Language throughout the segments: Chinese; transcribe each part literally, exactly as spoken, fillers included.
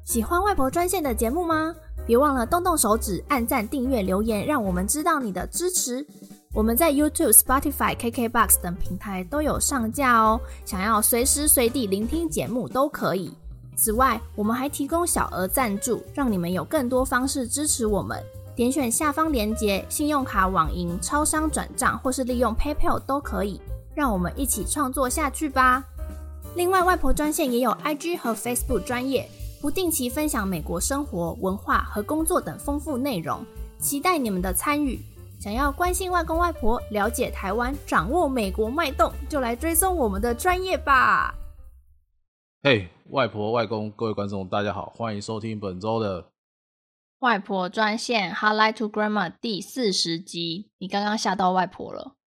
喜欢外婆专线的节目吗？别忘了动动手指按赞、订阅、留言，让我们知道你的支持。我们在 YouTube、Spotify、K K B O X 等平台都有上架哦，想要随时随地聆听节目都可以。此外，我们还提供小额赞助，让你们有更多方式支持我们。点选下方连结，信用卡、网银、超商转账或是利用 PayPal 都可以。让我们一起创作下去吧。另外，外婆专线也有 I G 和 Facebook 专页，不定期分享美国生活、文化和工作等丰富内容，期待你们的参与。想要关心外公外婆，了解台湾，掌握美国脉动，就来追踪我们的专业吧。 嘿、hey, 外婆外公各位观众大家好，欢迎收听本周的外婆专线 Hotline to Grandma 第四十集。你刚刚吓到外婆了。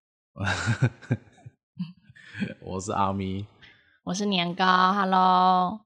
我是阿咪， 我是年糕。 Hello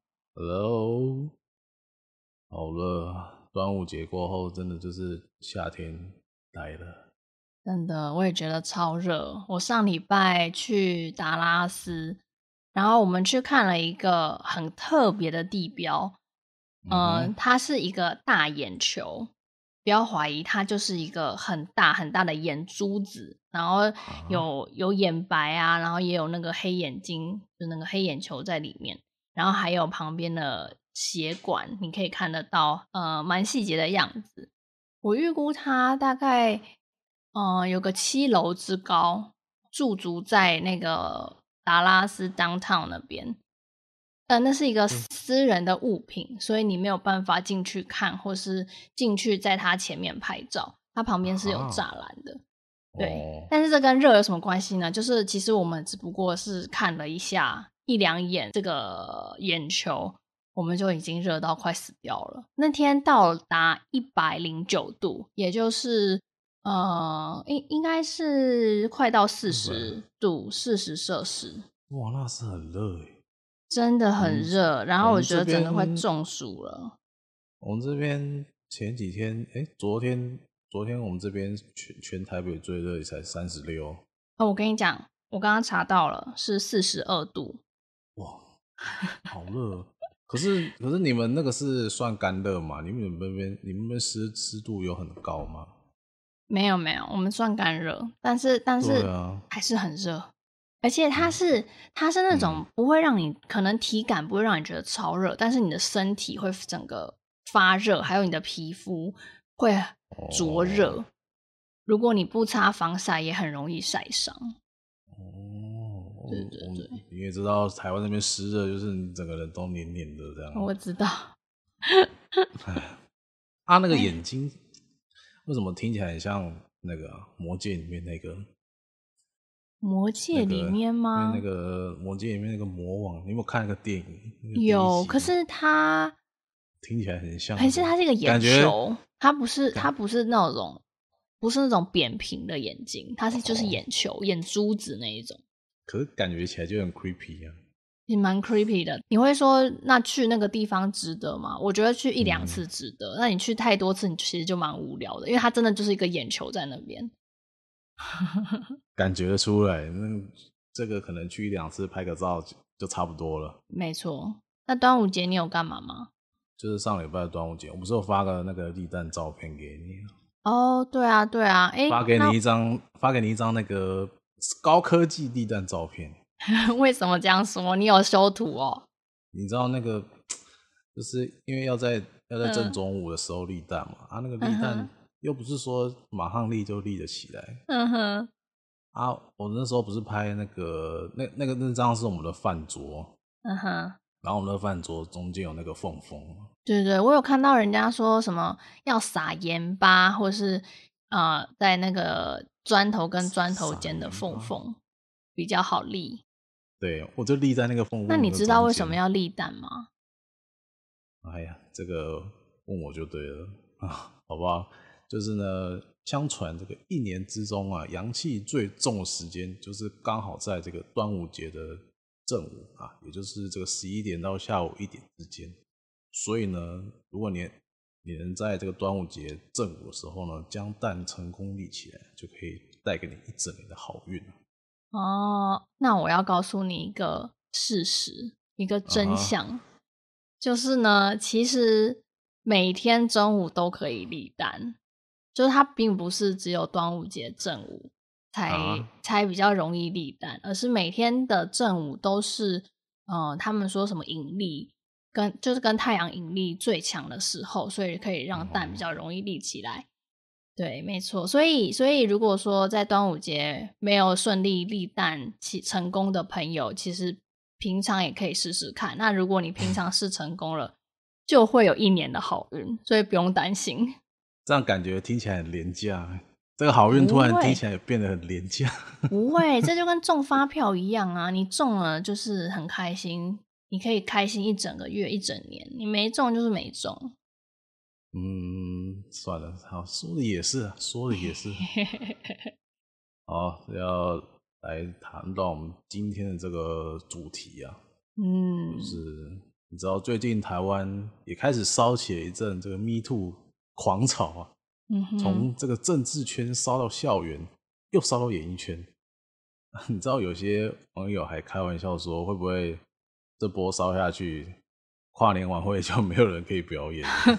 Hello。 好了，端午节过后真的就是夏天来了， 真的我也觉得超热。我上礼拜去达拉斯，然后我们去看了一个很特别的地标，嗯、呃，它是一个大眼球，不要怀疑，它就是一个很大很大的眼珠子，然后有、啊、有眼白啊，然后也有那个黑眼睛，就那个黑眼球在里面，然后还有旁边的血管，你可以看得到，呃，蛮细节的样子。我预估它大概，呃，有个七楼之高，驻足在那个达拉斯 downtown 那边。呃，那是一个私人的物品，所以你没有办法进去看，或是进去在它前面拍照。它旁边是有栅栏的，啊、对、哦。但是这跟热有什么关系呢？就是其实我们只不过是看了一下一两眼这个眼球，我们就已经热到快死掉了。那天到达一百零九度，也就是呃，应应该是快到四十度，四十摄氏。 哇，那是很热耶。 真的很热、嗯，然后我觉得整个快中暑了。 我们这边前几天，哎，昨天，昨天我们这边全全台北最热也才三十六。 哦，我跟你讲，我刚刚查到了，是四十二度。 哇，好热！可是，可是你们那个是算干热吗？你们那边，你们那边湿湿度有很高吗？ 没有，没有，我们算干热，但是，但是还是很热。而且它是、嗯、它是那种不会让你、嗯、可能体感不会让你觉得超热，但是你的身体会整个发热，还有你的皮肤会灼热、哦、如果你不擦防晒也很容易晒伤。 哦， 对对对， 你也知道台湾那边湿热就是你整个人都黏黏的这样。 我知道。 他、啊、那个眼睛为什么听起来很像那个魔戒里面那个魔戒里面吗？ 那个、那个魔戒里面那个魔王，你有没有看那个电影？那個、 有，可是他听起来很像， 还是他是个眼球，他不是他不是那种不是那种扁平的眼睛，他是就是眼球、哦、眼珠子那一种。 可是感觉起来就很 creepy 啊， 也蛮 creepy 的。你会说那去那个地方值得吗？我觉得去一两次值得、嗯、那你去太多次你其实就蛮无聊的，因为它真的就是一个眼球在那边。 感觉得出来，那这个可能去一两次拍个照就差不多了。 没错。那端午节你有干嘛吗？ 就是上礼拜的端午节，我不是有发个那个立蛋照片给你？ 哦，对啊对啊，哎， 发给你一张发给你一张那个高科技立蛋照片。 为什么这样说？你有修图哦？ 你知道那个就是因为要在要在正中午的时候立蛋嘛、嗯、啊那个立蛋又不是说马上立就立得起来。 嗯哼。 啊，我那时候不是拍那个那那个那张是我们的饭桌。 嗯哼。 然后我们的饭桌中间有那个缝缝。 对对，我有看到人家说什么要撒盐巴，或是呃在那个砖头跟砖头间的缝缝比较好立。 对，我就立在那个缝缝。 那你知道为什么要立蛋吗？ 哎呀，这个问我就对了啊，好不好？就是呢，相传这个一年之中啊，阳气最重的时间就是刚好在这个端午节的正午啊，也就是这个十一点到下午一点之间。所以呢，如果你你能在这个端午节正午的时候呢，将蛋成功立起来，就可以带给你一整年的好运。 哦，那我要告诉你一个事实，一个真相，uh-huh. 就是呢，其实每天中午都可以立蛋，就是它并不是只有端午节正午才、啊、才比较容易立蛋，而是每天的正午都是，呃，他们说什么引力跟就是跟太阳引力最强的时候，所以可以让蛋比较容易立起来。对，没错。所以，所以如果说在端午节没有顺利立蛋起成功的朋友，其实平常也可以试试看。那如果你平常试成功了，就会有一年的好运，所以不用担心。 这样感觉听起来很廉价，这个好运突然听起来变得很廉价。 不会，这就跟中发票一样啊！你中了就是很开心，你可以开心一整个月、一整年；你没中就是没中。 嗯，算了，好，说的也是，说的也是。好，要来谈到我们今天的这个主题啊，嗯，就是你知道最近台湾也开始烧起了一阵这个 Me Too 狂潮啊，嗯，从这个政治圈烧到校园，又烧到演艺圈。你知道有些网友还开玩笑说，会不会这波烧下去，跨年晚会就没有人可以表演了？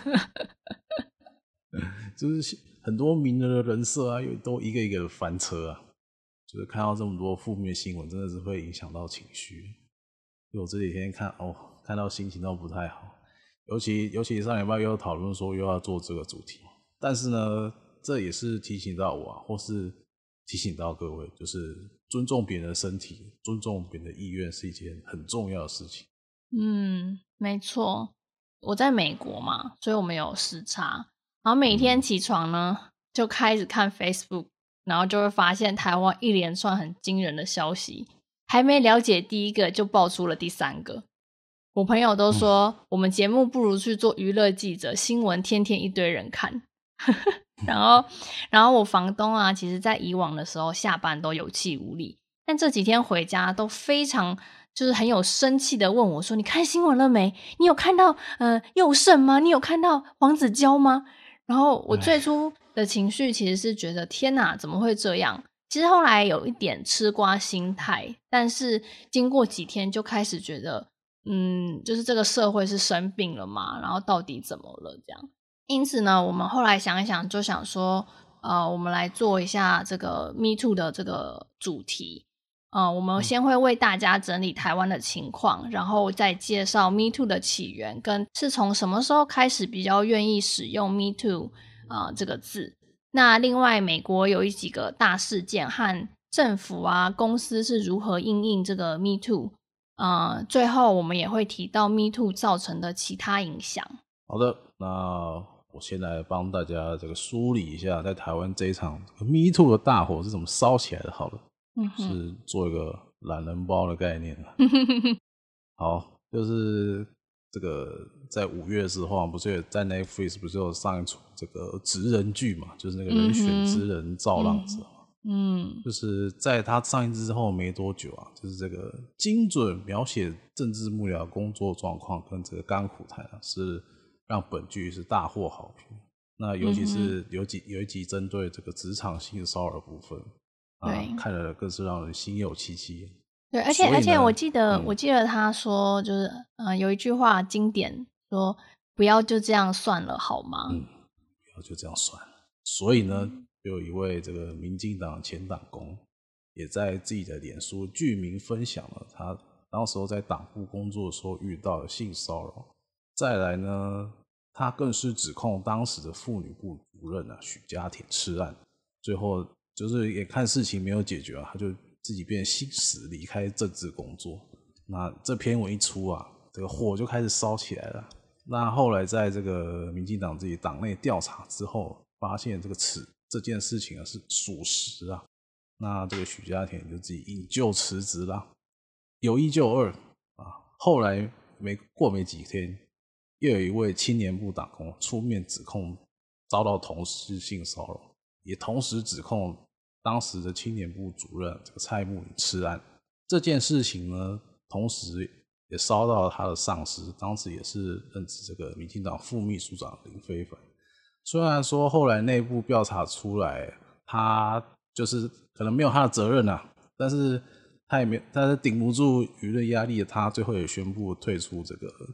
就是很多名人的人设啊，又都一个一个的翻车啊。就是看到这么多负面新闻，真的是会影响到情绪。因为我这几天看哦，看到心情都不太好。尤其尤其上礼拜又有讨论说又要做这个主题，但是呢，这也是提醒到我啊，或是提醒到各位，就是尊重别人的身体，尊重别人的意愿是一件很重要的事情。 嗯，没错。我在美国嘛，所以我们有时差。然后每天起床呢，嗯、就开始看 Facebook， 然后就会发现台湾一连串很惊人的消息，还没了解第一个就爆出了第三个。我朋友都说，嗯、我们节目不如去做娱乐记者，新闻天天一堆人看。然后，然后我房东啊，其实在以往的时候下班都有气无力，但这几天回家都非常。就是很有生气的问我说：“你看新闻了没？你有看到呃佑胜吗？你有看到黄子佼吗？”然后我最初的情绪其实是觉得天哪，怎么会这样？其实后来有一点吃瓜心态，但是经过几天就开始觉得，嗯，就是这个社会是生病了嘛，然后到底怎么了这样？因此呢，我们后来想一想，就想说，呃，我们来做一下这个 Me Too 的这个主题。呃，我们先会为大家整理台湾的情况，然后再介绍 Me Too 的起源，跟是从什么时候开始比较愿意使用 Me Too 呃这个字。那另外，美国有一几个大事件和政府啊、公司是如何因应这个 Me Too。呃，最后我们也会提到 Me Too 造成的其他影响。 好的，那我先来帮大家这个梳理一下，在台湾这一场 Me Too 的大火是怎么烧起来的。好了。嗯、是做一个懒人包的概念。好，就是这个在五月的时候，不是在 Netflix 不是有上一出这个职人剧嘛，就是那个人选之人造浪者。嗯，就是在他上映之后没多久啊，就是这个精准描写政治幕僚工作状况跟这个甘苦谈啊，是让本剧是大获好评。那尤其是有几有一集针对这个职场性骚扰的部分。对、啊，看了更是让人心有戚戚。 对，而且而且我记得、嗯、我记得他说，就是呃有一句话经典说，不要就这样算了，好吗？ 嗯，不要就这样算了。所以呢，嗯、有一位这个民进党前党工，也在自己的脸书具名分享了他当时候在党部工作的时候遇到的性骚扰。再来呢，他更是指控当时的妇女部主任啊许家田吃案，最后。就是也看事情没有解决啊，他就自己变心死离开政治工作。那这篇文一出啊，这个火就开始烧起来了。那后来在这个民进党自己党内调查之后，发现这个此这件事情啊是属实啊。那这个许家田就自己引咎辞职啦。有一就二啊，后来没过没几天，又有一位青年部党工出面指控遭到同事性骚扰。也同时指控当时的青年部主任这个蔡慕林吃案这件事情呢，同时也烧到了他的上司，当时也是任职这个民进党副秘书长林非凡。虽然说后来内部调查出来，他就是可能没有他的责任啊，但是他也没，但是顶不住舆论压力的他，最后也宣布退出这个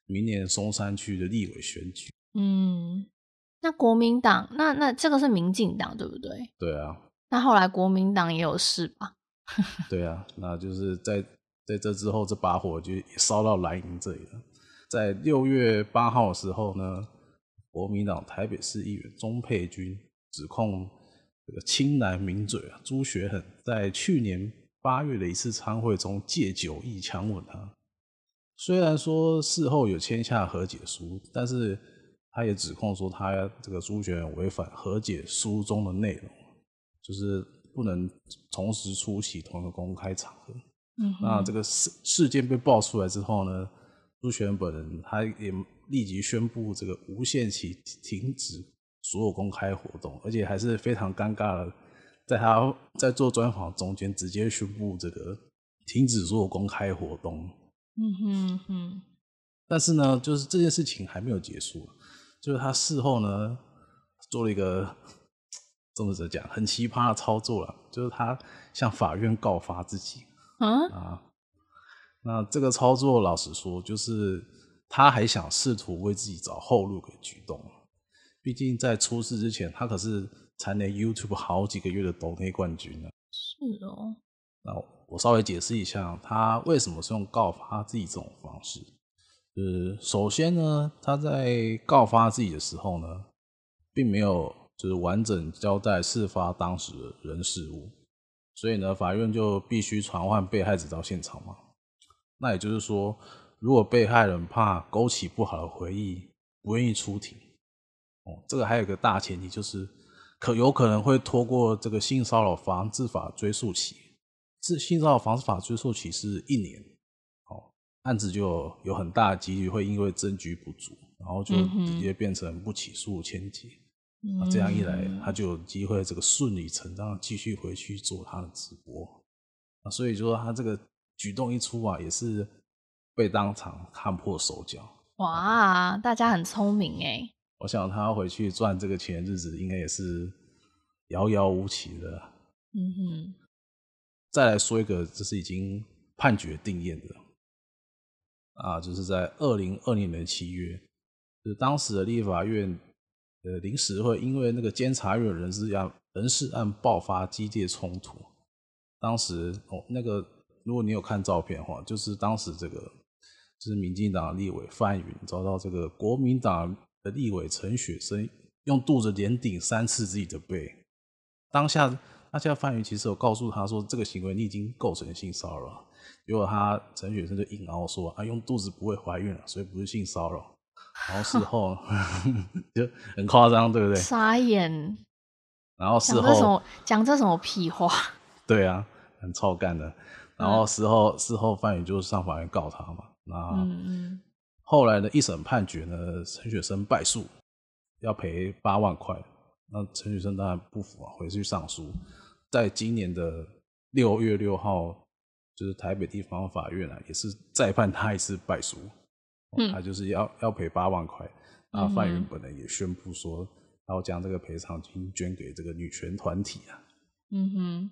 明年松山区的立委选举。 嗯，那国民党，那那这个是民进党对不对？ 对啊。 那后来国民党也有事吧？ 对啊，那就是在在这之后，这把火就也烧到蓝营这里了。在六月八号的时候呢，国民党台北市议员钟佩君指控这个亲蓝名嘴啊朱学恒在去年八月的一次参会中借酒意强吻他。虽然说事后有签下和解书，但是他也指控说他这个朱学恒违反和解书中的内容，就是不能同时出席同一个公开场合。嗯，那这个事事件被爆出来之后呢，朱学恒本人他也立即宣布这个无限期停止所有公开活动，而且还是非常尴尬的，在他在做专访中间直接宣布这个停止所有公开活动。 嗯哼哼。 但是呢，就是这件事情还没有结束，就是他事后呢做了一个这么讲很奇葩的操作了，就是他向法院告发自己。 嗯啊，那这个操作老实说，就是他还想试图为自己找后路给举动。毕竟在出事之前，他可是蝉联 YouTube 好几个月的抖内冠军呢。 是哦。 那我稍微解释一下，他为什么是用告发自己这种方式。就是首先呢，他在告发自己的时候呢，并没有就是完整交代事发当时的人事物，所以呢，法院就必须传唤被害者到现场嘛。那也就是说，如果被害人怕勾起不好的回忆，不愿意出庭，哦，这个还有一个大前提，就是可有可能会拖过这个性骚扰防治法追诉期。这性骚扰防治法追诉期是一年，哦，案子就有有很大的几率会因为证据不足，然后就直接变成不起诉签结。嗯啊、这样一来，他就有机会这个顺理成章继续回去做他的直播。啊、所以说他这个举动一出啊，也是被当场看破手脚。 哇，大家很聪明耶。 我想他回去赚这个钱的日子应该也是遥遥无期的。 嗯哼。 再来说一个，这是已经判决定验的啊，就是在二零二零年七月，就是当时的立法院的临时会因为那个监察院人事案人事案爆发激烈冲突。当时哦，那个如果你有看照片的话，就是当时这个就是民进党立委范云遭到这个国民党的立委陈雪生用肚子连顶三次自己的背。当下当下范云其实有告诉他说，这个行为你已经构成性骚扰。结果他陈雪生就硬凹说啊，用肚子不会怀孕了，所以不是性骚扰。然后事后就很夸张，对不对？ 傻眼。 然后事后讲这什么屁话？ 对啊，很臭干的。然后事后、嗯、事后范云就上法院告他嘛。那嗯后来的一审判决呢，陈雪生败诉，要赔八万块。那陈雪生当然不服啊，回去上诉。在今年的六月六号，就是台北地方法院啊，也是再判他一次败诉。嗯、他就是要要赔八万块。那范云本人也宣布说，要将这个赔偿金捐给这个女权团体啊。 嗯哼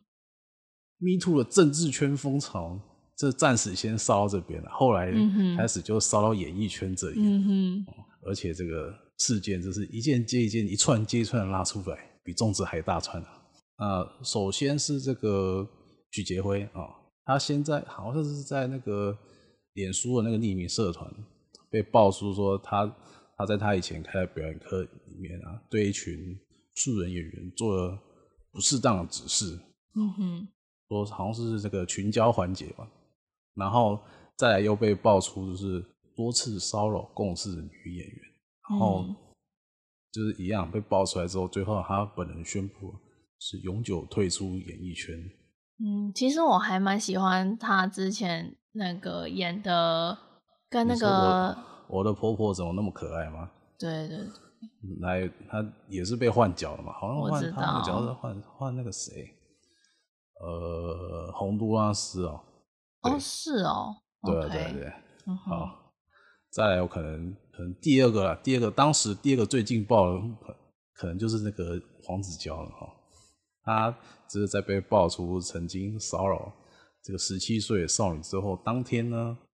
，Me Too 的政治圈风潮，这暂时先烧到这边了，后来开始就烧到演艺圈这里。 嗯哼， 而且这个事件就是一件接一件，一串接一串的拉出来，比粽子还大串啊。呃，首先是这个许杰辉啊、哦，他现在好像是在那个脸书的那个匿名社团被爆出说他他在他以前开的表演课里面啊，对一群素人演员做了不适当的指示。 嗯哼， 说好像是这个群交环节吧，然后再来又被爆出就是多次骚扰共事的女演员，然后就是一样被爆出来之后，最后他本人宣布是永久退出演艺圈。 嗯，其实我还蛮喜欢他之前那个演的跟那个我, 我的婆婆怎么那么可爱吗？ 对对对， 来他也是被换角了嘛，好像换他那个角色换换那个谁。呃，洪都拉斯哦， 哦是哦， 对、啊、对、啊、对、啊嗯，好，再来有可能可能第二个啦，第二个当时第二个最劲爆的可能就是那个黄子佼了哈，他只是在被爆出曾经骚扰这个十七岁的少女之后，当天呢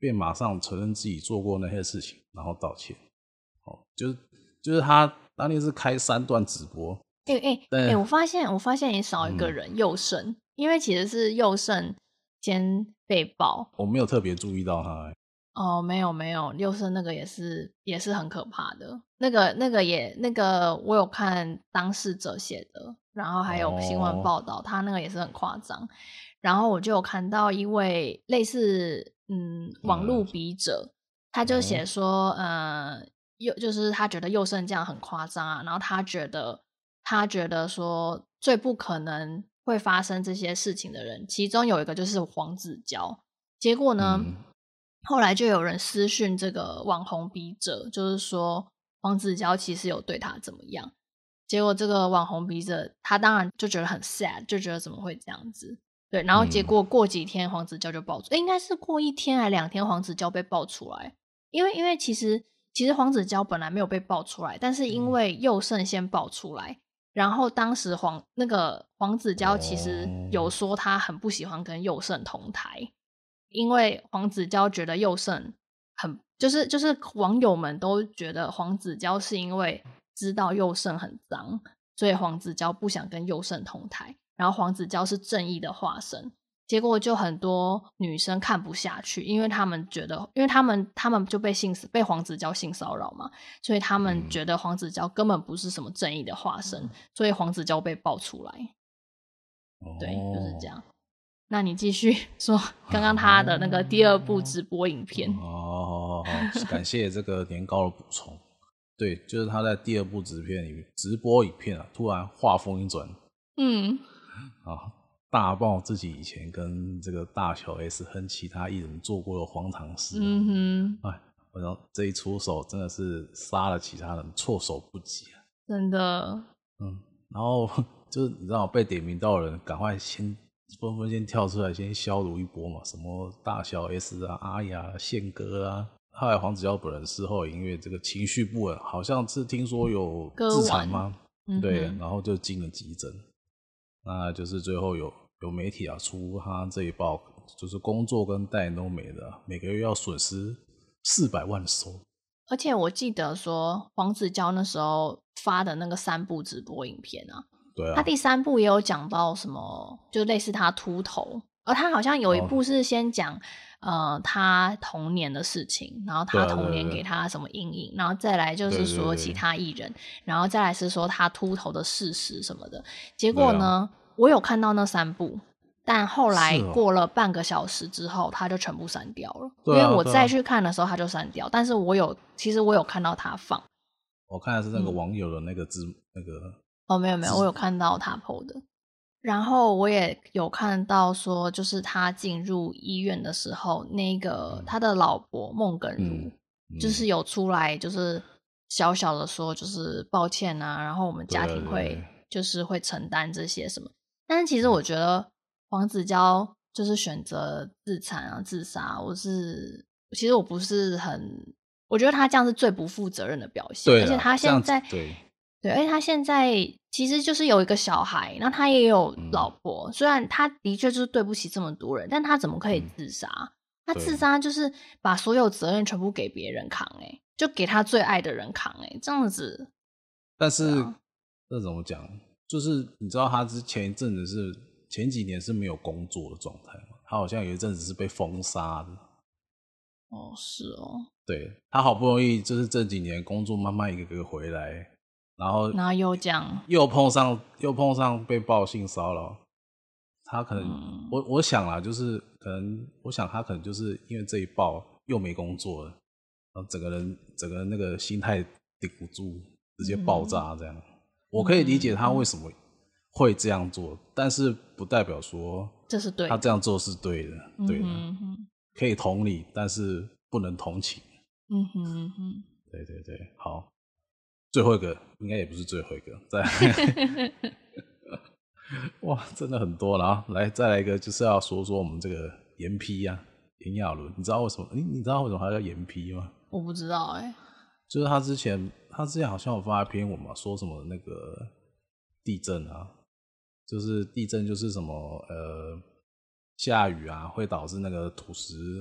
便马上承认自己做过那些事情，然后道歉。哦，就是就是他当天是开三段直播。 哎哎哎，我发现我发现也少一个人，佑胜、嗯，因为其实是佑胜先被爆， 我没有特别注意到他、欸。 哦，没有没有，佑胜那个也是也是很可怕的，那个那个也那个我有看当事者写的，然后还有新闻报道，哦、他那个也是很夸张。然后我就有看到一位类似嗯网络笔者，嗯、他就写说，呃，佑就是他觉得佑胜这样很夸张啊，然后他觉得他觉得说最不可能会发生这些事情的人，其中有一个就是黄子佼。结果呢，嗯、后来就有人私讯这个网红笔者，就是说黄子佼其实有对他怎么样。结果这个网红笔者他当然就觉得很 sad， 就觉得怎么会这样子。对，然后结果过几天黄子佼就爆出，嗯、应该是过一天还两天黄子佼被爆出来，因为因为其实其实黄子佼本来没有被爆出来，但是因为佑胜先爆出来，然后当时黄那个黄子佼其实有说他很不喜欢跟佑胜同台，因为黄子佼觉得佑胜很就是就是网友们都觉得黄子佼是因为知道佑胜很脏，所以黄子佼不想跟佑胜同台。然后黄子佼是正义的化身，结果就很多女生看不下去，因为他们觉得，因为他们他们就被性被黄子佼性骚扰嘛，所以他们觉得黄子佼根本不是什么正义的化身，所以黄子佼被爆出来。哦、对，就是这样。那你继续说刚刚他的那个第二部直播影片。 哦，好好好，感谢这个年糕的补充。对，就是他在第二部直片里面直播影片啊，突然画风一转。嗯。啊，大爆自己以前跟这个大小 S 和其他艺人做过的荒唐事。嗯哼，哎，我想这一出手真的是杀了其他人，措手不及啊！ 真的。 嗯，然后就是你知道被点名到的人，赶快先纷纷先跳出来，先削辱一波嘛，什么大小 S 啊、阿雅、宪哥啊。后来黄子佼本人事后因为这个情绪不稳，好像是听说有自残吗？嗯、对，然后就进了急诊。那就是最后有有媒体啊出他这一报，就是工作跟代言都没了，每个月要损失四百万收。 而且我记得说黄子佼那时候发的那个三部直播影片啊， 对啊， 他第三部也有讲到什么，就类似他秃头，而他好像有一部是先讲、哦、呃他童年的事情，然后他童年给他什么阴影，然后再来就是说其他艺人，然后再来是说他秃头的事实什么的。结果呢，我有看到那三部，但后来过了半个小时之后，他就全部删掉了。因为我再去看的时候，他就删掉。但是我有，其实我有看到他放。 我看的是那个网友的那个字、嗯，那个哦，没有没有，我有看到他 po 的。然后我也有看到说，就是他进入医院的时候，那个、嗯、他的老婆孟耿如、嗯嗯，就是有出来，就是小小的说，就是抱歉啊，然后我们家庭会就是会承担这些什么。但是其实我觉得黄子佼就是选择自残啊、自杀，我是其实我不是很，我觉得他这样是最不负责任的表现，而且他现在对。 对，而且他现在其实就是有一个小孩，那他也有老婆、嗯，虽然他的确就是对不起这么多人，但他怎么可以自杀？嗯、他自杀就是把所有责任全部给别人扛、欸，哎，就给他最爱的人扛、欸，哎，这样子。 但是这、啊、怎么讲？就是你知道他之前一阵子是前几年是没有工作的状态嘛？他好像有一阵子是被封杀的。 哦，是哦。 对，他好不容易就是这几年工作慢慢一个个回来。然后， 然后又讲， 又碰上又碰上被爆性骚扰，他可能、嗯、我我想啦，就是可能我想他可能就是因为这一爆又没工作了，然后整个人整个人那个心态顶不住，直接爆炸这样、嗯。我可以理解他为什么会这样做，嗯、但是不代表说这是对的， 他这样做是对的，对的、嗯嗯，可以同理，但是不能同情。嗯哼哼，对对对，好。最后一个应该也不是最后一个，再来哇，真的很多了啊！来，再来一个，就是要说说我们这个严批啊，炎亚纶，你知道为什么？你你知道为什么他叫严批吗？ 我不知道哎、欸， 就是他之前他之前好像有发一篇文嘛，说什么那个地震啊，就是地震就是什么呃下雨啊，会导致那个土石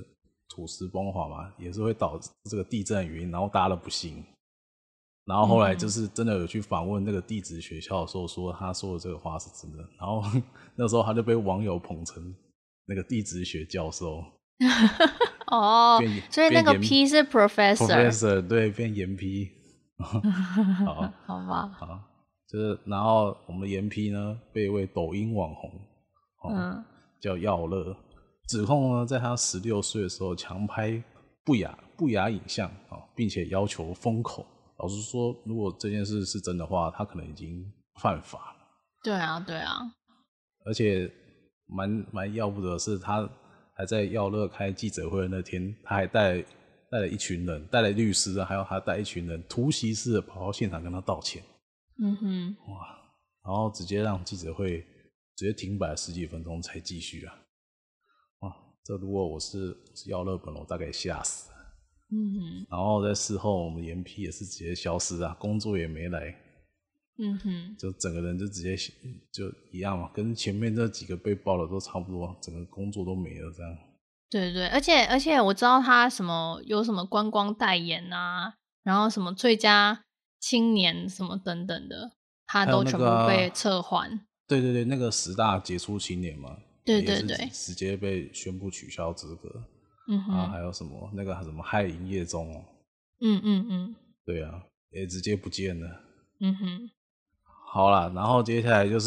土石崩滑嘛，也是会导致这个地震的原因，然后大家都不信。然后后来就是真的有去访问那个地质学校的时候，说他说的这个话是真的。然后那时候他就被网友捧成那个地质学教授。 哦，所以那个 P 是 professor， professor 对，变严 P。好， 好吧， 好，就是然后我们严 P 呢被一位抖音网红，哦、嗯，叫耀乐，指控呢在他十六岁的时候强拍不雅不雅影像啊、哦，并且要求封口。老实说，如果这件事是真的话，他可能已经犯法了。 对啊，对啊， 而且蛮蛮要不得的是，他还在耀乐开记者会的那天，他还带带了一群人，带了律师啊，还有他带一群人突袭式的跑到现场跟他道歉。 嗯哼， 哇，然后直接让记者会直接停摆十几分钟才继续啊！哇，这如果我是耀乐本人，我大概吓死了。 嗯哼， 然后在事后，我们严 P 也是直接消失啊，工作也没来。 嗯哼， 就整个人就直接就一样嘛，跟前面这几个被爆的都差不多，整个工作都没了这样。 对对，而且而且我知道他什么有什么观光代言啊，然后什么最佳青年什么等等的，他都全部被撤换。 对对对，那个十大杰出青年嘛， 对对对， 直接被宣布取消资格。 嗯哼， 啊，还有什么那个什么害营业中哦， 嗯嗯嗯， 对啊，也直接不见了。 嗯哼， 好啦，然后接下来就是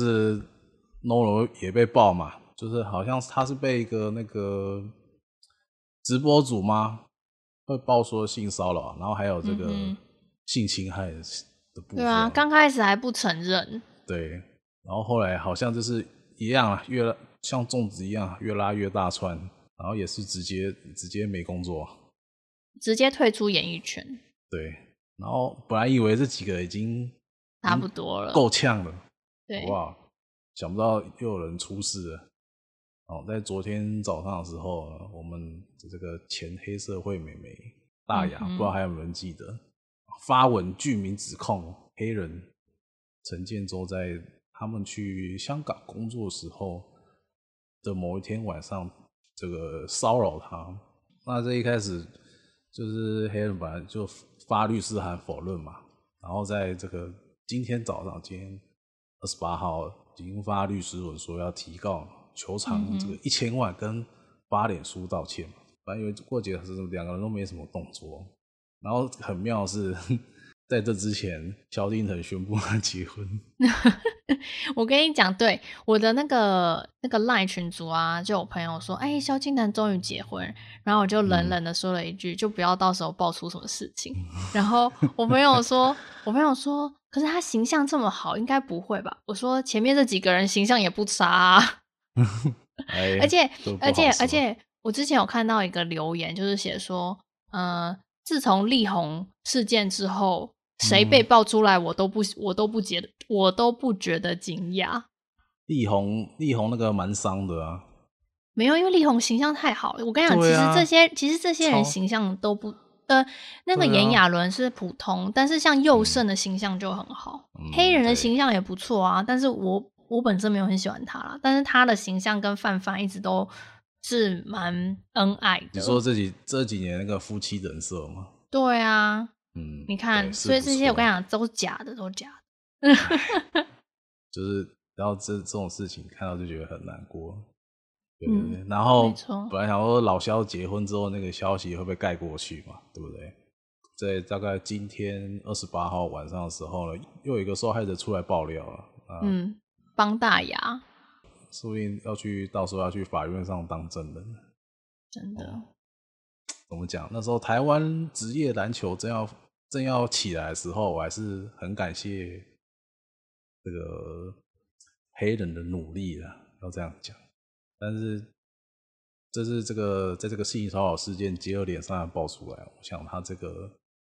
N O L O 也被爆嘛，就是好像他是被一个那个直播主吗？会爆说性骚扰，然后还有这个性侵害的部分。 对啊，刚开始还不承认。 对，然后后来好像就是一样啊，越像粽子一样越拉越大串。然后也是直接直接没工作， 直接退出演艺圈。 对，然后本来以为这几个已经差不多了， 够呛了， 对， 好不好？想不到又有人出事了。哦，在昨天早上的时候，我们的这个前黑社会妹妹大雅，嗯、不知道还有没有人记得，发文具名指控黑人陈建州在他们去香港工作时候的某一天晚上。这个骚扰他，那这一开始就是黑人本来就发律师函否认嘛，然后在这个今天早上，今天二十八号已经发律师文说要提告求偿这个一千万跟发脸书道歉嘛，反正因为过节是两个人都没什么动作，然后很妙的是在这之前，萧敬腾宣布他结婚。 我跟你讲，对我的那个那个 LINE 群组啊，就有朋友说，哎、欸，萧敬腾终于结婚，然后我就冷冷的说了一句，嗯、就不要到时候爆出什么事情。然后我朋友说，我朋友说，可是他形象这么好，应该不会吧？我说前面这几个人形象也不差、啊， 哎、 而且而且而且，我之前有看到一个留言，就是写说，呃，自从力宏事件之后。谁被爆出来，我都不，我都不觉得，我都不觉得惊讶。 力宏，力宏那个蛮伤的啊。 没有，因为力宏形象太好了。我跟你讲，啊、其实这些，其实这些人形象都不，呃，那个炎亚纶是普通，啊、但是像佑胜的形象就很好，嗯、黑人的形象也不错啊。但是我我本身没有很喜欢他啦，但是他的形象跟范范一直都是蛮恩爱的。 你说这几这几年那个夫妻人设吗？ 对啊。 嗯， 你看，所以这些我跟你讲都是假的，都是假的。 就是然后这这种事情看到就觉得很难过，对对对。嗯、然后本来想说老萧结婚之后那个消息会不会盖过去嘛，对不对？在大概今天二十八号晚上的时候呢，又有一个受害者出来爆料了。啊、 嗯，帮大牙， 说不定要去到时候要去法院上当证人。 真的。哦怎么讲？那时候台湾职业篮球正要正要起来的时候，我还是很感谢这个黑人的努力啦，要这样讲。但是这是这个在这个性骚扰事件接二连三的爆出来，我想他这个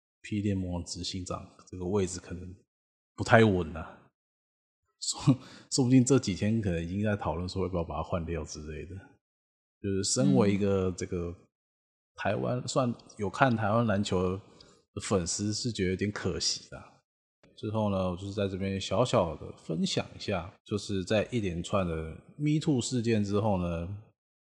P联盟执行长这个位置可能不太稳啦，说说不定这几天可能已经在讨论说要不要把他换掉之类的。就是身为一个这个。台湾算有看台湾篮球的粉丝是觉得有点可惜的。之后呢，我就是在这边小小的分享一下，就是在一连串的 Me Too 事件之后呢，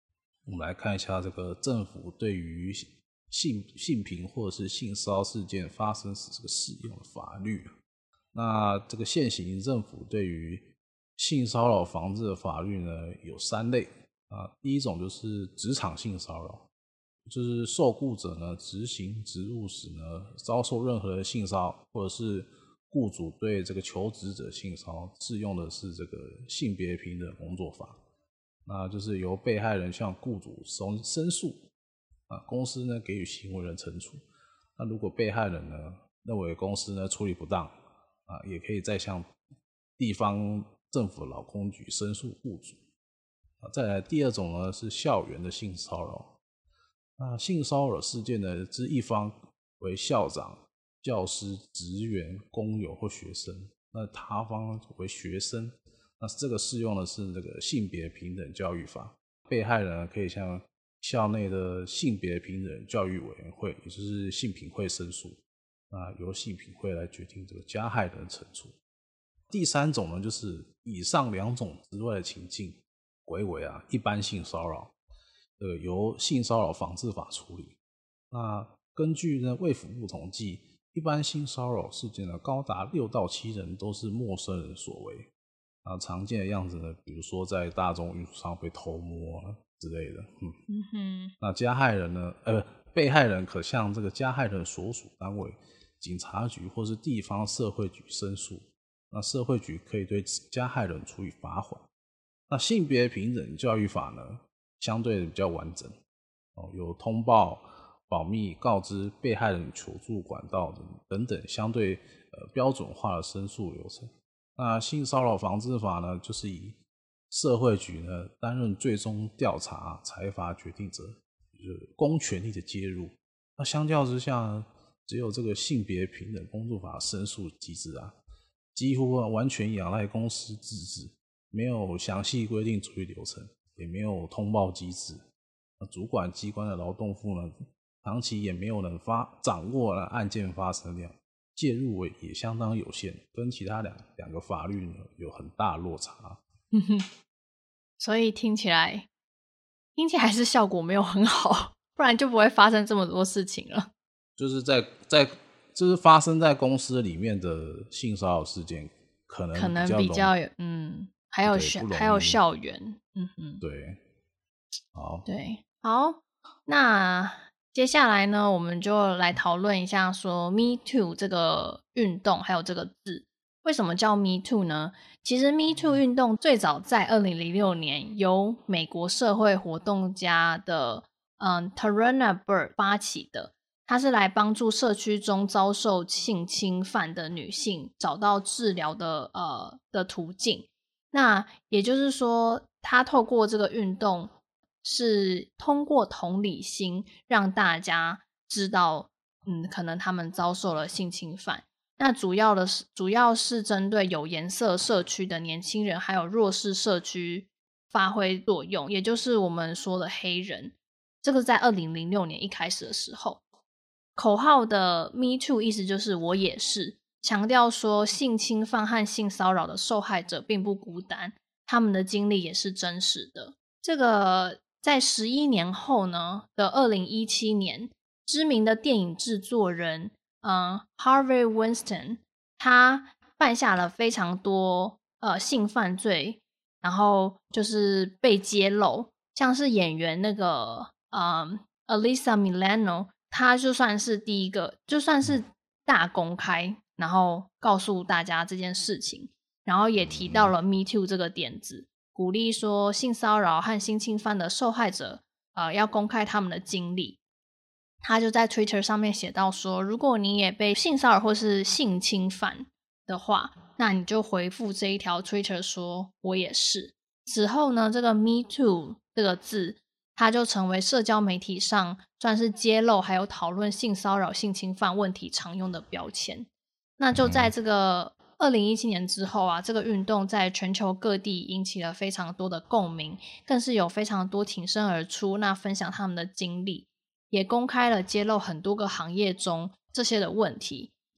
我们来看一下这个政府对于性性平或者是性骚扰事件发生时这个适用的法律。那这个现行政府对于性骚扰防治的法律呢有三类啊，第一种就是职场性骚扰，就是受雇者呢执行职务时呢遭受任何的性骚扰，或者是雇主对这个求职者性骚扰，适用的是这个性别平等工作法。那就是由被害人向雇主申诉啊，公司呢给予行为人惩处。那如果被害人呢认为公司呢处理不当啊，也可以再向地方政府劳工局申诉雇主。啊，再来第二种呢是校园的性骚扰。那性骚扰事件呢之一方为校长、教师、职员、工友或学生，那他方为学生。那这个适用的是这个性别平等教育法，被害人可以向校内的性别平等教育委员会，也就是性平会申诉，那由性平会来决定这个加害人的惩处。第三种呢，就是以上两种之外的情境归为啊一般性骚扰，呃由性骚扰防治法处理。那根据呢卫福部统计，一般性骚扰事件呢高达六到七人都是陌生人所为。啊，常见的样子呢，比如说在大众运输上被偷摸啊之类的。嗯嗯哼。 那加害人呢，呃，被害人可向这个加害人所属单位、警察局或是地方社会局申诉。那社会局可以对加害人处以罚款。那性别平等教育法呢，相对比较完整，哦，有通报、保密、告知被害人求助管道等等相对呃标准化的申诉流程。那性骚扰防治法呢，就是以社会局呢担任最终调查、裁罚决定者，就是公权力的介入。那相较之下呢，只有这个性别平等工作法申诉机制啊，几乎完全仰赖公司自治，没有详细规定处理流程，也没有通报机制。那主管机关的劳动部呢，长期也没有人发掌握了案件发生量。介入也相当有限，跟其他两两个法律呢有很大落差。 嗯哼，所以听起来听起来还是效果没有很好，不然就不会发生这么多事情了。 就是在在就是发生在公司里面的性骚扰事件，可能可能比较有嗯，还有校还有校园，嗯哼， 对，好， 对，好，那接下来呢，我们就来讨论一下说 Me Too 这个运动还有这个字。为什么叫 Me Too 呢？其实 Me Too 运动最早在二零零六年由美国社会活动家的嗯 Tarana Burke 发起的，他是来帮助社区中遭受性侵犯的女性找到治疗的呃的途径。那也就是说，他透过这个运动是通过同理心让大家知道嗯，可能他们遭受了性侵犯。那主要的是主要是针对有颜色社区的年轻人还有弱势社区发挥作用，也就是我们说的黑人。这个在二零零六年一开始的时候，口号的 Me Too 意思就是我也是，强调说性侵犯和性骚扰的受害者并不孤单，他们的经历也是真实的。这个在十一年后呢的二零一七年，知名的电影制作人嗯 Harvey Weinstein 他犯下了非常多呃性犯罪，然后就是被揭露，像是演员那个嗯 Alyssa Milano， 他就算是第一个，就算是大公开，然后告诉大家这件事情，然后也提到了 Me Too 这个点子，鼓励说性骚扰和性侵犯的受害者呃要公开他们的经历。他就在 Twitter 上面写到说，如果你也被性骚扰或是性侵犯的话，那你就回复这一条 Twitter 说我也是。此后呢，这个 Me Too 这个字它就成为社交媒体上算是揭露还有讨论性骚扰性侵犯问题常用的标签。那就在这个二零一七年之后啊，这个运动在全球各地引起了非常多的共鸣，更是有非常多挺身而出，那分享他们的经历，也公开了揭露很多个行业中这些的问题。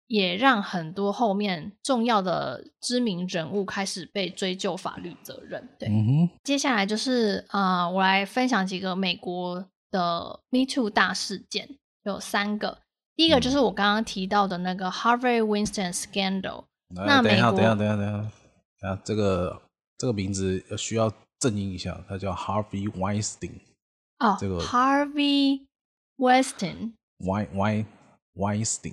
也让很多后面重要的知名人物开始被追究法律责任。对， 嗯哼， 接下来就是呃，我来分享几个美国的 Me Too 大事件，有三个。第一个就是我刚刚提到的那个 Harvey Weinstein Scandal。那等一下， 美国等一下，等一下，等一下，啊，这个这个名字需要正音一下，他叫 Harvey Weinstein。 哦， 这个 Harvey Weinstein。 Wein Wein Weinstein。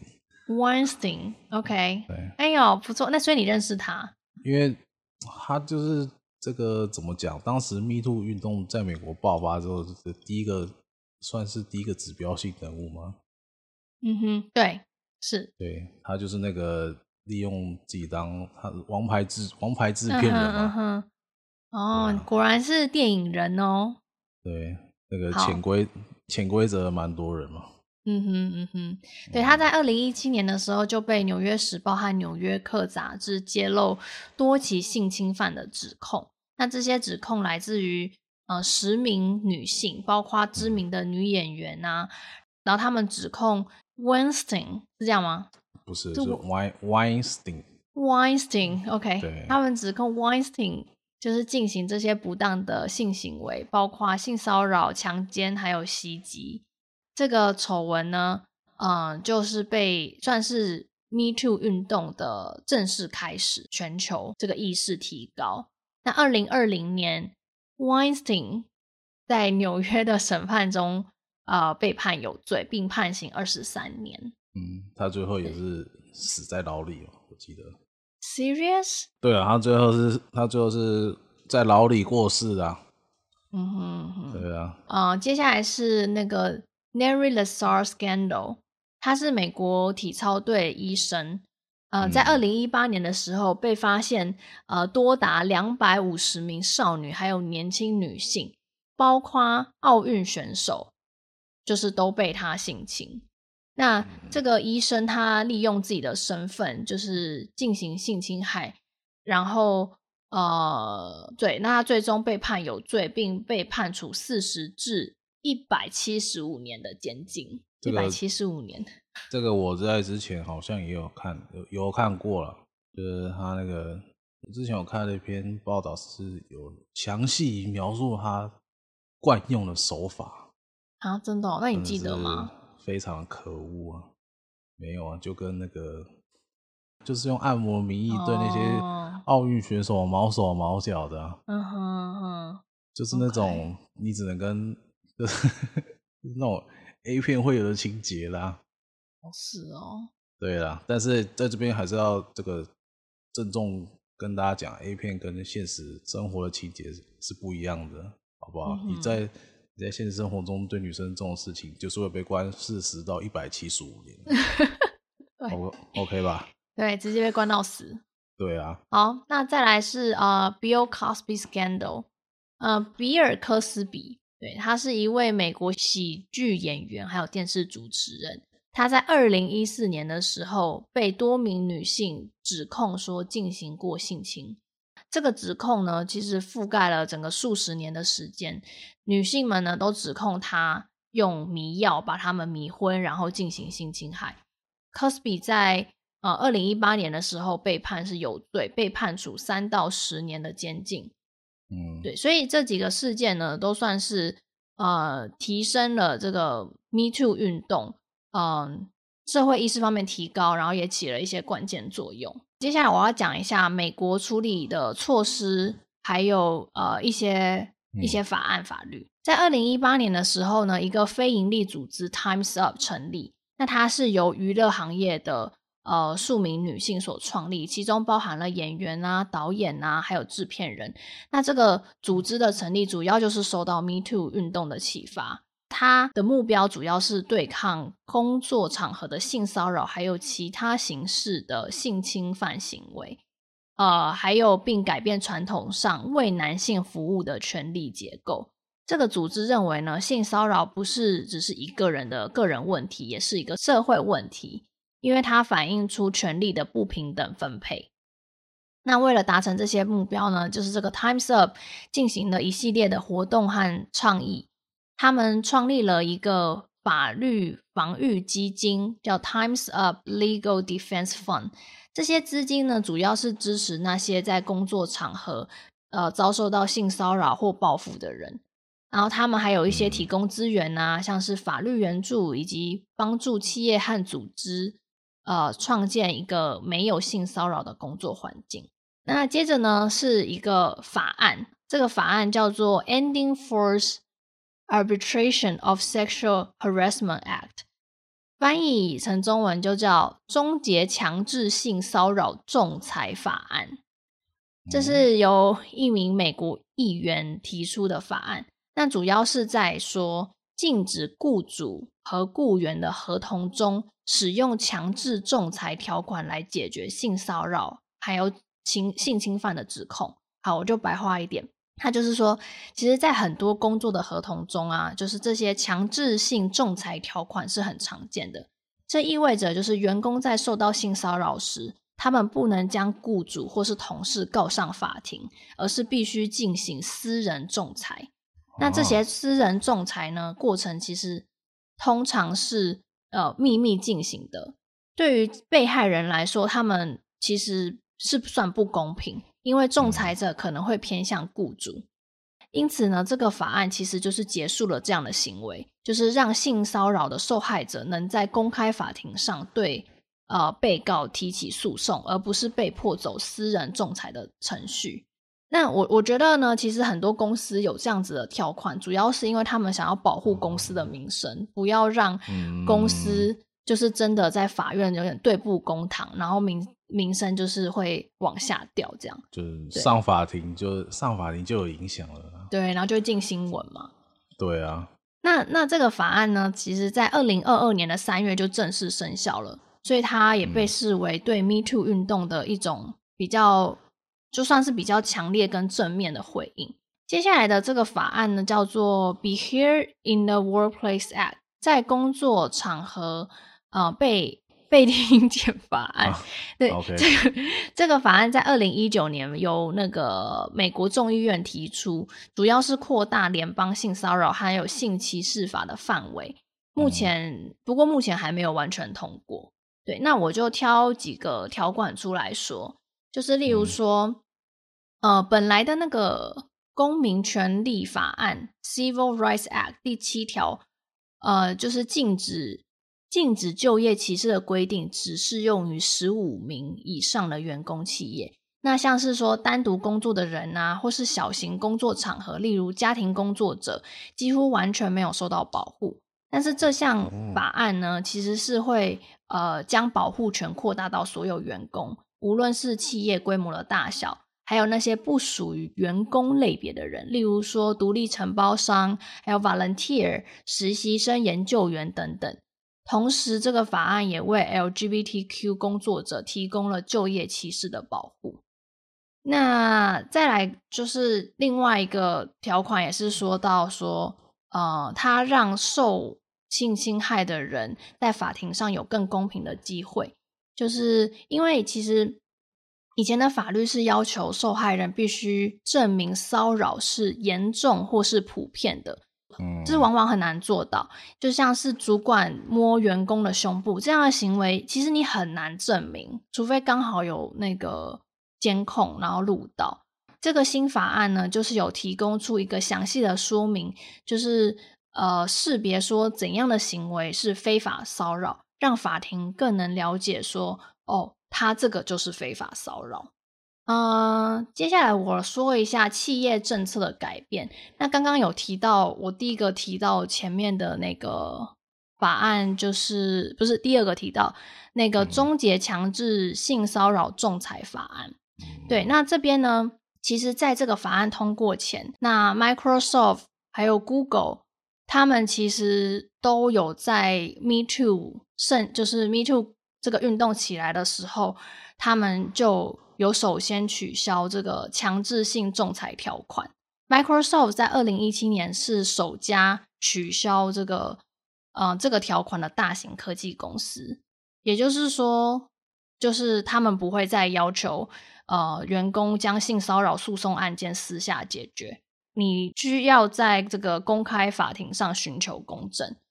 Weinstein，OK，、okay. 对， 哎呦，不错。那所以你认识他？ 因为他就是这个怎么讲？当时 Me Too 运动在美国爆发之后，是第一个算是第一个指标性人物吗？ 嗯哼，对，是。 对，他就是那个利用自己当他王牌制王牌制片人嘛。 嗯哼嗯哼哦、 啊， 果然是电影人哦。 对，那个潜规潜规则蛮多人嘛。 嗯哼嗯哼，对，他在二零一七年的时候就被《纽约时报》和《纽约客》杂志揭露多起性侵犯的指控。那这些指控来自于呃十名女性，包括知名的女演员啊，然后他们指控 Weinstein 是这样吗？ 不是，是 Weinstein。 Weinstein，OK，、 对， 他们指控 Weinstein 就是进行这些不当的性行为，包括性骚扰、强奸还有袭击。这个丑闻呢，嗯，就是被算是 Me Too 运动的正式开始，全球这个意识提高。那二零二零年 Weinstein 在纽约的审判中呃被判有罪，并判刑二十三年。 嗯，他最后也是死在牢里，我记得。 Serious？ 对啊，他最后是他最后是在牢里过世的、啊。 嗯哼嗯哼， 对啊。 呃，接下来是那个 Larry Nassar Scandal， 他是美国体操队医生，呃，在二零一八年的时候被发现，呃，多达两百五十名少女还有年轻女性，包括奥运选手，就是都被他性侵。那这个医生他利用自己的身份，就是进行性侵害，然后呃，对，那他最终被判有罪，并被判处四十至一百七十五年的监禁。一百七十五年， 这个我在之前好像也有看，有有看过了，就是他那个之前有看了一篇报道，是有详细描述他惯用的手法啊，真的、哦？那你记得吗？ 非常可恶啊！没有啊，就跟那个就是用按摩名义对那些奥运选手毛手毛脚的、啊， 嗯哼哼， 就是那种你只能跟就是那种 A 片会有的情节啦。 哦，是哦。 对啦，但是在这边还是要这个郑重跟大家讲 ，A 片跟现实生活的情节是不一样的，好不好？嗯、你在你在现实生活中对女生这种事情，就是会被关四十到一百七十五年。对 ，OK 吧？ 对，直接被关到死。 对啊。 好，那再来是呃 Bill Cosby Scandal， 呃，比尔科斯比，对，他是一位美国喜剧演员，还有电视主持人。他在二零一四年的时候被多名女性指控说进行过性侵。这个指控呢，其实覆盖了整个数十年的时间。女性们呢都指控他用迷药把他们迷昏，然后进行性侵害。Cosby 在呃二零一八年的时候被判是有罪，被判处三到十年的监禁。嗯，对，所以这几个事件呢，都算是呃提升了这个 Me Too 运动。嗯，社会意识方面提高，然后也起了一些关键作用。接下来我要讲一下美国处理的措施，还有呃一些一些法案法律。在二零一八年的时候呢，一个非营利组织 Time's Up 成立，那它是由娱乐行业的呃数名女性所创立，其中包含了演员啊、导演啊，还有制片人。那这个组织的成立，主要就是受到 Me Too 运动的启发。他的目标主要是对抗工作场合的性骚扰，还有其他形式的性侵犯行为，呃，还有并改变传统上为男性服务的权利结构。这个组织认为呢，性骚扰不是只是一个人的个人问题，也是一个社会问题，因为它反映出权力的不平等分配。那为了达成这些目标呢，就是这个 Time's Up 进行了一系列的活动和倡议。他们创立了一个法律防御基金，叫 Times Up Legal Defense Fund。这些资金呢，主要是支持那些在工作场合呃遭受到性骚扰或报复的人。然后他们还有一些提供资源啊，像是法律援助以及帮助企业和组织呃创建一个没有性骚扰的工作环境。那接着呢是一个法案，这个法案叫做 Ending Forced Arbitration of Sexual Harassment Act， 翻译成中文就叫终结强制性骚扰仲裁法案。这是由一名美国议员提出的法案，那主要是在说禁止雇主和雇员的合同中使用强制仲裁条款来解决性骚扰还有性性侵犯的指控。好，我就白话一点，它就是说其实在很多工作的合同中啊，就是这些强制性仲裁条款是很常见的。这意味着就是员工在受到性骚扰时，他们不能将雇主或是同事告上法庭，而是必须进行私人仲裁。那这些私人仲裁呢，过程其实通常是呃秘密进行的。对于被害人来说，他们其实是算不公平，因为仲裁者可能会偏向雇主。因此呢，这个法案其实就是结束了这样的行为，就是让性骚扰的受害者能在公开法庭上对呃被告提起诉讼，而不是被迫走私人仲裁的程序。那我我觉得呢，其实很多公司有这样子的条款，主要是因为他们想要保护公司的名声，不要让公司就是真的在法院有点对簿公堂，然后名名声就是会往下掉，这样就是上法庭就上法庭就有影响了。 对，然后就进新闻嘛。 对啊。 那那这个法案呢，其实在二零二二年的三月就正式生效了，所以它也被视为对 Me Too 运动的一种比较就算是比较强烈跟正面的回应。接下来的这个法案呢，叫做 Be Here in the Workplace Act， 在工作场合呃被被听见法案。啊、对、 okay. 这个这个法案在二零一九年由那个美国众议院提出，主要是扩大联邦性骚扰还有性歧视法的范围。目前、嗯、不过目前还没有完全通过。对，那我就挑几个条款出来说，就是例如说、嗯、呃，本来的那个公民权利法案 Civil Rights Act 第七条呃，就是禁止禁止就业歧视的规定只适用于十五名以上的员工企业。那像是说单独工作的人啊，或是小型工作场合，例如家庭工作者，几乎完全没有受到保护。但是这项法案呢，其实是会呃将保护权扩大到所有员工，无论是企业规模的大小，还有那些不属于员工类别的人，例如说独立承包商，还有 volunteer 实习生、研究员等等。同时这个法案也为 L G B T Q 工作者提供了就业歧视的保护。那再来就是另外一个条款也是说到说呃，它让受性侵害的人在法庭上有更公平的机会。就是因为其实以前的法律是要求受害人必须证明骚扰是严重或是普遍的，这往往很难做到。就像是主管摸员工的胸部这样的行为，其实你很难证明，除非刚好有那个监控然后录到。这个新法案呢，就是有提供出一个详细的说明，就是呃识别说怎样的行为是非法骚扰，让法庭更能了解说哦，他这个就是非法骚扰。呃，接下来我说一下企业政策的改变。那刚刚有提到，我第一个提到前面的那个法案，就是不是第二个提到那个终结强制性骚扰仲裁法案。对，那这边呢，其实在这个法案通过前，那 Microsoft 还有 Google 他们其实都有在 Me Too 甚就是 Me Too 这个运动起来的时候，他们就有首先取消这个强制性仲裁条款。 Microsoft 在二零一七年是首家取消这个呃这个条款的大型科技公司。也就是说，就是他们不会再要求呃员工将性骚扰诉讼案件私下解决，你需要在这个公开法庭上寻求公正。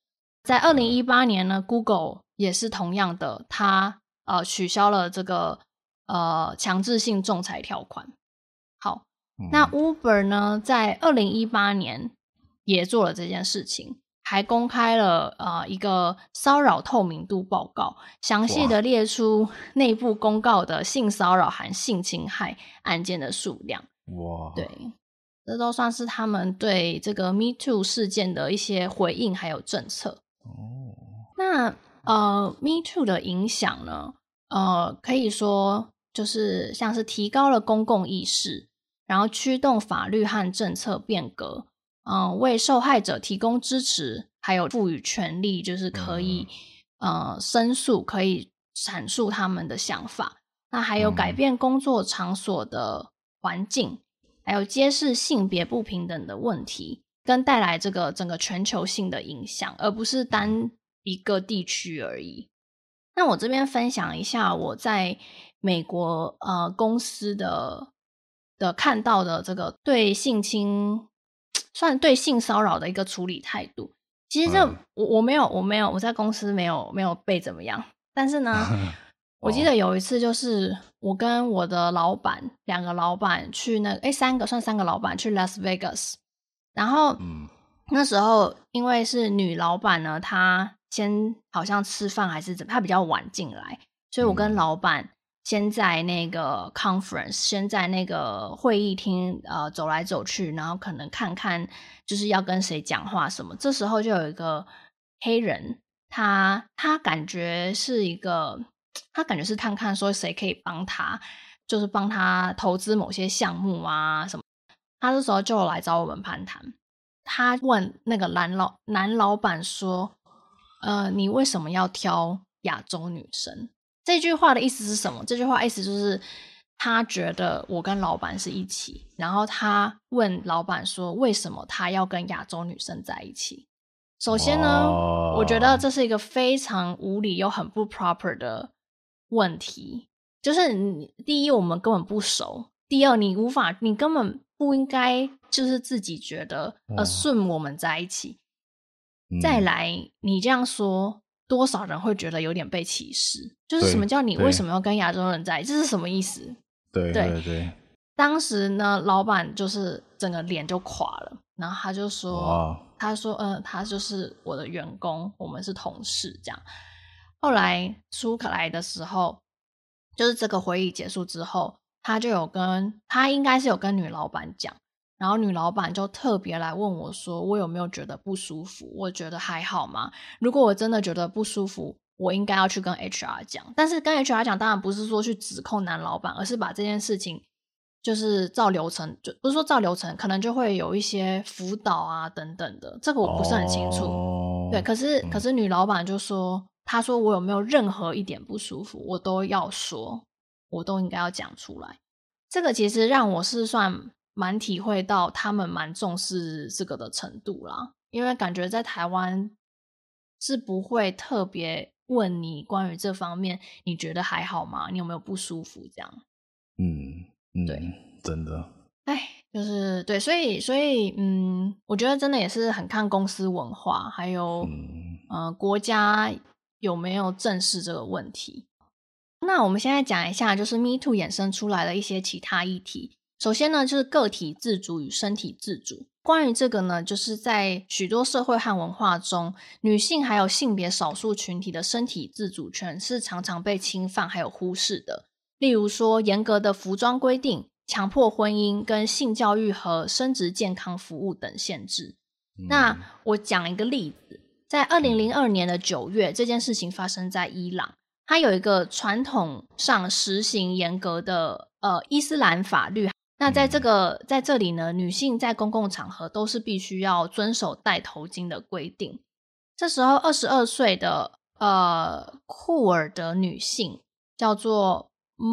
在二零一八年呢 Google 也是同样的，它呃取消了这个呃强制性仲裁条款。好，那 Uber 呢在二零一八年也做了这件事情，还公开了呃一个骚扰透明度报告，详细的列出内部公告的性骚扰和性侵害案件的数量。 哇， 对，这都算是他们对这个 Me Too 事件的一些回应还有政策。 哦， 那呃 Me Too 的影响呢，呃可以说就是像是提高了公共意识，然后驱动法律和政策变革，嗯、呃，为受害者提供支持，还有赋予权利，就是可以、嗯、呃申诉，可以阐述他们的想法。那还有改变工作场所的环境，还有揭示性别不平等的问题，跟带来这个整个全球性的影响，而不是单一个地区而已。那我这边分享一下我在美国呃公司的的看到的这个对性侵算对性骚扰的一个处理态度。其实这、嗯、我我没有我没有我在公司没有没有被怎么样，但是呢我记得有一次就是我跟我的老板两个老板去那诶三个算三个老板去 Las Vegas， 然后、嗯、那时候因为是女老板呢，她先好像吃饭还是怎么，她比较晚进来，所以我跟老板先在那个 conference 先在那个会议厅呃走来走去，然后可能看看就是要跟谁讲话什么。这时候就有一个黑人，他他感觉是一个他感觉是看看说谁可以帮他，就是帮他投资某些项目啊什么。他这时候就来找我们攀谈，他问那个男老男老板说呃，你为什么要挑亚洲女生？这句话的意思是什么？这句话意思就是他觉得我跟老板是一起，然后他问老板说为什么他要跟亚洲女生在一起。首先呢，我觉得这是一个非常无理又很不 proper 的问题，就是你第一我们根本不熟，第二你无法你根本不应该就是自己觉得呃顺我们在一起、嗯、再来你这样说多少人会觉得有点被歧视，就是什么叫你为什么要跟亚洲人在一起，这是什么意思？ 对对 对, 对， 当时呢老板就是整个脸就垮了，然后他就说他说嗯、呃，他就是我的员工，我们是同事这样。后来出来的时候，就是这个会议结束之后，他就有跟他应该是有跟女老板讲，然后女老板就特别来问我说我有没有觉得不舒服，我觉得还好吗？如果我真的觉得不舒服，我应该要去跟 H R 讲。但是跟 H R 讲当然不是说去指控男老板，而是把这件事情就是照流程，就不是说照流程，可能就会有一些辅导啊等等的，这个我不是很清楚、哦、对，可是、嗯、可是女老板就说她说我有没有任何一点不舒服我都要说，我都应该要讲出来。这个其实让我是算蛮体会到他们蛮重视这个的程度啦，因为感觉在台湾是不会特别问你关于这方面你觉得还好吗？你有没有不舒服这样。 嗯嗯，对，真的， 哎，就是对，所以所以嗯，我觉得真的也是很看公司文化，还有、嗯、呃国家有没有正视这个问题。那我们现在讲一下，就是 Me Too 衍生出来的一些其他议题。首先呢，就是个体自主与身体自主。关于这个呢，就是在许多社会和文化中，女性还有性别少数群体的身体自主权是常常被侵犯还有忽视的。例如说严格的服装规定、强迫婚姻跟性教育和生殖健康服务等限制、嗯、那我讲一个例子，在二零零二年的九月，这件事情发生在伊朗，它有一个传统上实行严格的呃伊斯兰法律，那在这个在这里呢，女性在公共场合都是必须要遵守戴头巾的规定。这时候二十二岁的呃库尔德女性叫做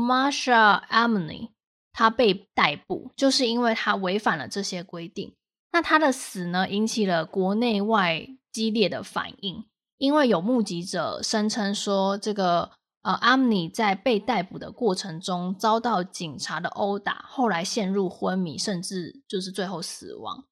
Masha Amini， 她被逮捕，就是因为她违反了这些规定。那她的死呢，引起了国内外激烈的反应，因为有目击者声称说，这个呃 Amini 在被逮捕的过程中遭到警察的殴打，后来陷入昏迷，甚至就是最后死亡。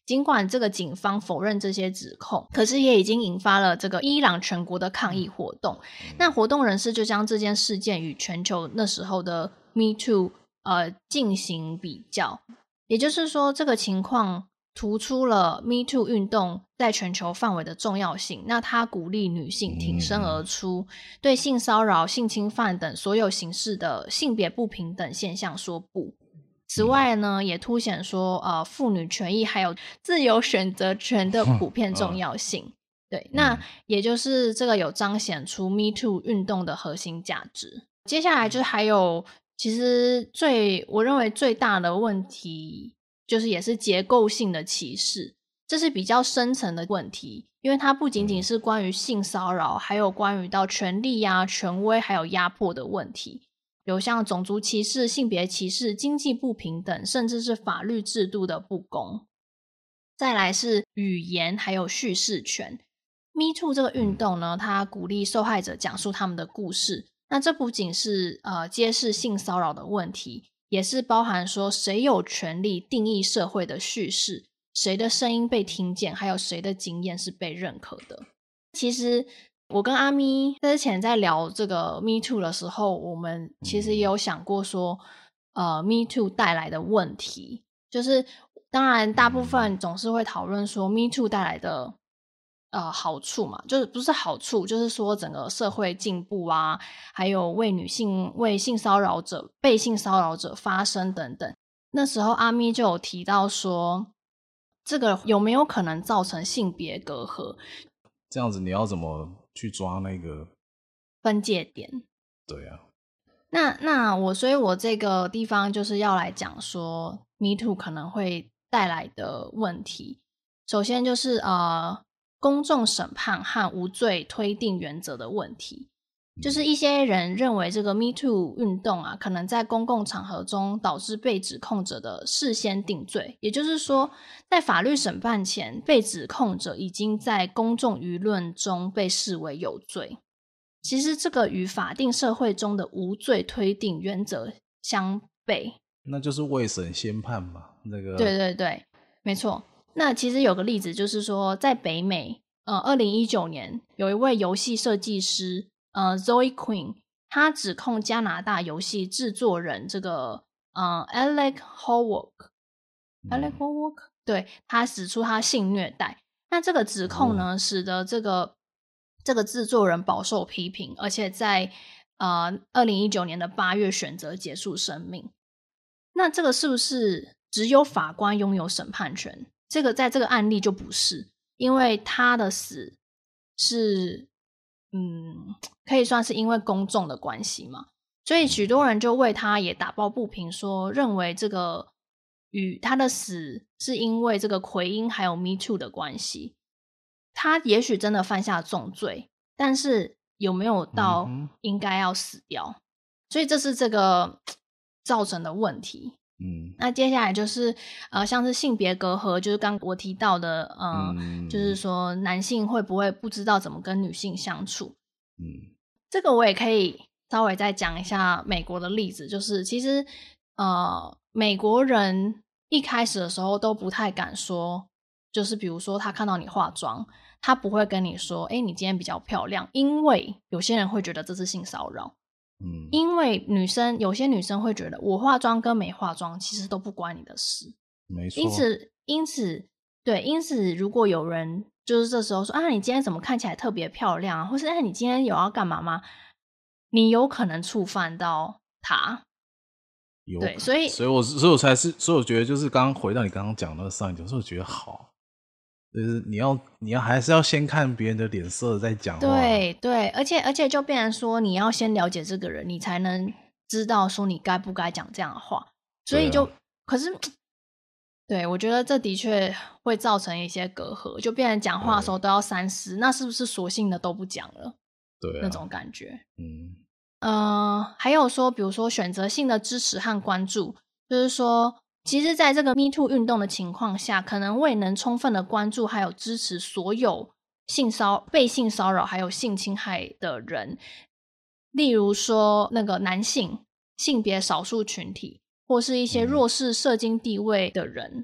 尽管这个警方否认这些指控，可是也已经引发了这个伊朗全国的抗议活动。那活动人士就将这件事件与全球那时候的 Me Too 呃进行比较，也就是说这个情况突出了 Me Too 运动在全球范围的重要性。那他鼓励女性挺身而出，对性骚扰、性侵犯等所有形式的性别不平等现象说不。此外呢，也凸显说呃妇女权益还有自由选择权的普遍重要性。对，那也就是这个有彰显出 Me Too 运动的核心价值。接下来就还有其实最我认为最大的问题就是也是结构性的歧视，这是比较深层的问题，因为它不仅仅是关于性骚扰，还有关于到权力啊、权威还有压迫的问题，有像种族歧视、性别歧视、经济不平等，甚至是法律制度的不公。再来是语言还有叙事权。 Me Too 这个运动呢，它鼓励受害者讲述他们的故事，那这不仅是呃揭示性骚扰的问题，也是包含说谁有权利定义社会的叙事，谁的声音被听见，还有谁的经验是被认可的。其实我跟阿咪之前在聊这个 Me Too 的时候，我们其实也有想过说呃 Me Too 带来的问题，就是当然大部分总是会讨论说 Me Too 带来的呃好处嘛，就是不是好处，就是说整个社会进步啊，还有为女性为性骚扰者被性骚扰者发声等等。那时候阿咪就有提到说这个有没有可能造成性别隔阂， 这样子你要怎么去抓那个分界点。 对啊， 那那我所以我这个地方就是要来讲说 Me Too 可能会带来的问题。首先就是呃公众审判和无罪推定原则的问题，就是一些人认为这个 Me Too 运动啊，可能在公共场合中导致被指控者的事先定罪，也就是说在法律审判前，被指控者已经在公众舆论中被视为有罪。其实这个与法定社会中的无罪推定原则相悖， 那就是未审先判嘛。那个对对对，没错。那其实有个例子就是说在北美呃，二零一九年有一位游戏设计师呃 Zoe Quinn， 他指控加拿大游戏制作人这个呃 Alec Howard、嗯、Alec Howard 对，他指出他性虐待。那这个指控呢、哦、使得这个这个制作人饱受批评，而且在呃二零一九年的八月选择结束生命。那这个是不是只有法官拥有审判权？这个在这个案例就不是，因为他的死是嗯，可以算是因为公众的关系嘛，所以许多人就为他也打抱不平，说认为这个与他的死是因为这个奎因还有 Me Too 的关系。他也许真的犯下重罪，但是有没有到应该要死掉、嗯、所以这是这个造成的问题。嗯，那接下来就是呃，像是性别隔阂，就是刚我提到的呃、嗯，就是说男性会不会不知道怎么跟女性相处。嗯，这个我也可以稍微再讲一下美国的例子，就是其实呃，美国人一开始的时候都不太敢说，就是比如说他看到你化妆，他不会跟你说诶你今天比较漂亮，因为有些人会觉得这是性骚扰。嗯，因为女生有些女生会觉得我化妆跟没化妆其实都不关你的事， 没错。 因此因此对因此如果有人就是这时候说啊你今天怎么看起来特别漂亮啊，或是哎你今天有要干嘛吗，你有可能触犯到他。 有对，所以所以我所以我才是所以我觉得就是刚刚回到你刚刚讲那个上一点，所以我觉得好，就是你要你要还是要先看别人的脸色再讲话。 对对，而且而且就变成说你要先了解这个人，你才能知道说你该不该讲这样的话。所以就、啊、可是对，我觉得这的确会造成一些隔阂，就变成讲话的时候都要三思，那是不是索性的都不讲了？ 对、啊， 那种感觉。 嗯呃，还有说比如说选择性的支持和关注，就是说其实在这个 Me Too 运动的情况下，可能未能充分的关注还有支持所有性骚被性骚扰还有性侵害的人，例如说那个男性、性别少数群体或是一些弱势社经地位的人、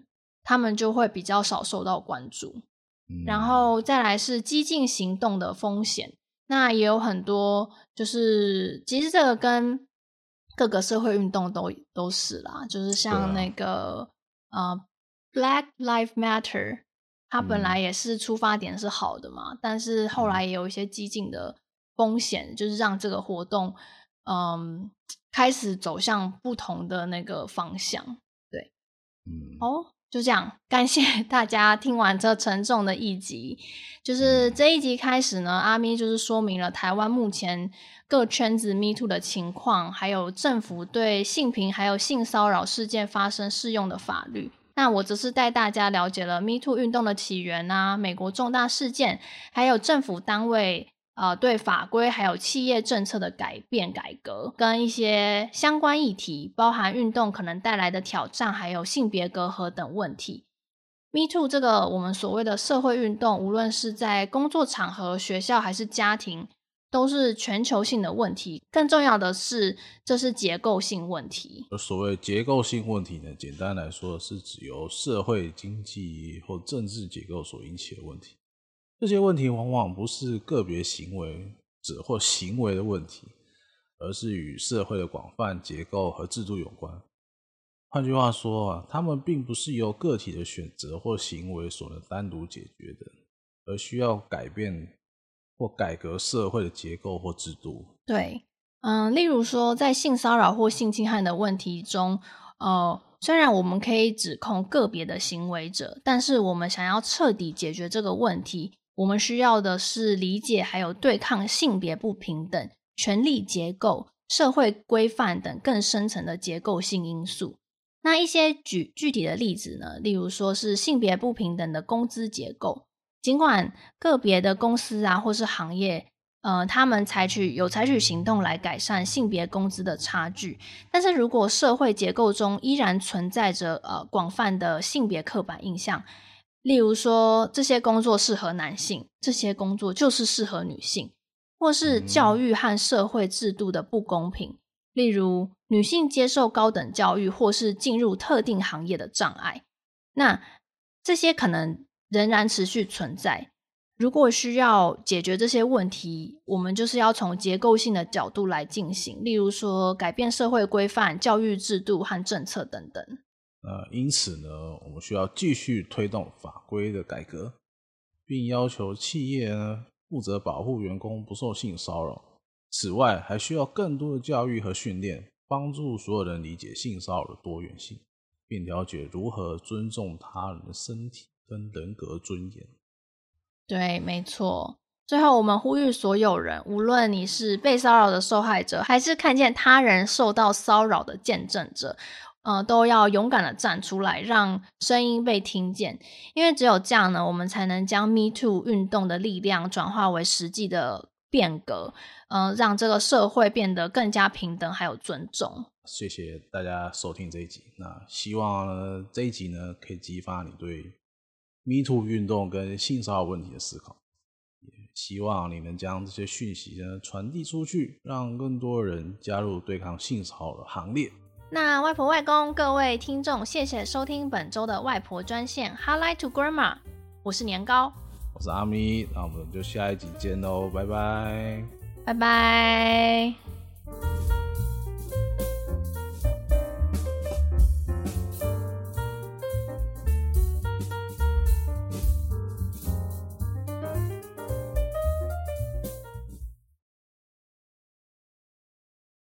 他们就会比较少受到关注。嗯、然后再来是激进行动的风险，那也有很多，就是其实这个跟各个社会运动都都是啦，就是像那个、啊、呃 Black Lives Matter， 它本来也是出发点是好的嘛，嗯、但是后来也有一些激进的风险，就是让这个活动嗯开始走向不同的那个方向。对，嗯，哦，就这样，感谢大家听完这沉重的一集。就是这一集开始呢，阿咪就是说明了台湾目前各圈子 Me Too 的情况，还有政府对性平还有性骚扰事件发生适用的法律。那我则是带大家了解了 Me Too 运动的起源啊，美国重大事件，还有政府单位呃对法规还有企业政策的改变改革，跟一些相关议题，包含运动可能带来的挑战，还有性别隔阂等问题。Me Too 这个我们所谓的社会运动，无论是在工作场合、学校还是家庭，都是全球性的问题。更重要的是，这是结构性问题。 所谓结构性问题呢，简单来说是指由社会、经济或政治结构所引起的问题。这些问题往往不是个别行为者或行为的问题，而是与社会的广泛结构和制度有关。换句话说啊，他们并不是由个体的选择或行为所能单独解决的，而需要改变或改革社会的结构或制度。 对，嗯，例如说在性骚扰或性侵害的问题中，呃，虽然我们可以指控个别的行为者，但是我们想要彻底解决这个问题，我们需要的是理解还有对抗性别不平等、权力结构、社会规范等更深层的结构性因素。那一些举具体的例子呢，例如说是性别不平等的工资结构，尽管个别的公司啊或是行业呃，他们采取有采取行动来改善性别工资的差距，但是如果社会结构中依然存在着呃广泛的性别刻板印象，例如说这些工作适合男性，这些工作就是适合女性，或是教育和社会制度的不公平，例如女性接受高等教育或是进入特定行业的障碍，那这些可能仍然持续存在。如果需要解决这些问题，我们就是要从结构性的角度来进行，例如说改变社会规范、教育制度和政策等等。 呃，因此呢，我们需要继续推动法规的改革，并要求企业呢负责保护员工不受性骚扰。此外，还需要更多的教育和训练，帮助所有人理解性骚扰的多元性，并了解如何尊重他人的身体跟人格尊严。 对，没错。最后我们呼吁所有人，无论你是被骚扰的受害者，还是看见他人受到骚扰的见证者，呃，都要勇敢的站出来，让声音被听见。因为只有这样呢，我们才能将 Me Too 运动的力量转化为实际的变革，呃，让这个社会变得更加平等还有尊重。 谢谢大家收听这一集，那希望呢这一集呢可以激发你对 Me Too 运动跟性骚扰问题的思考，也希望你能将这些讯息呢传递出去，让更多人加入对抗性骚扰的行列。 那外婆外公各位听众，谢谢收听本周的外婆专线 Highlight to Grandma， 我是年糕， 我是阿咪，那我们就下一集见喽，拜拜， 拜拜。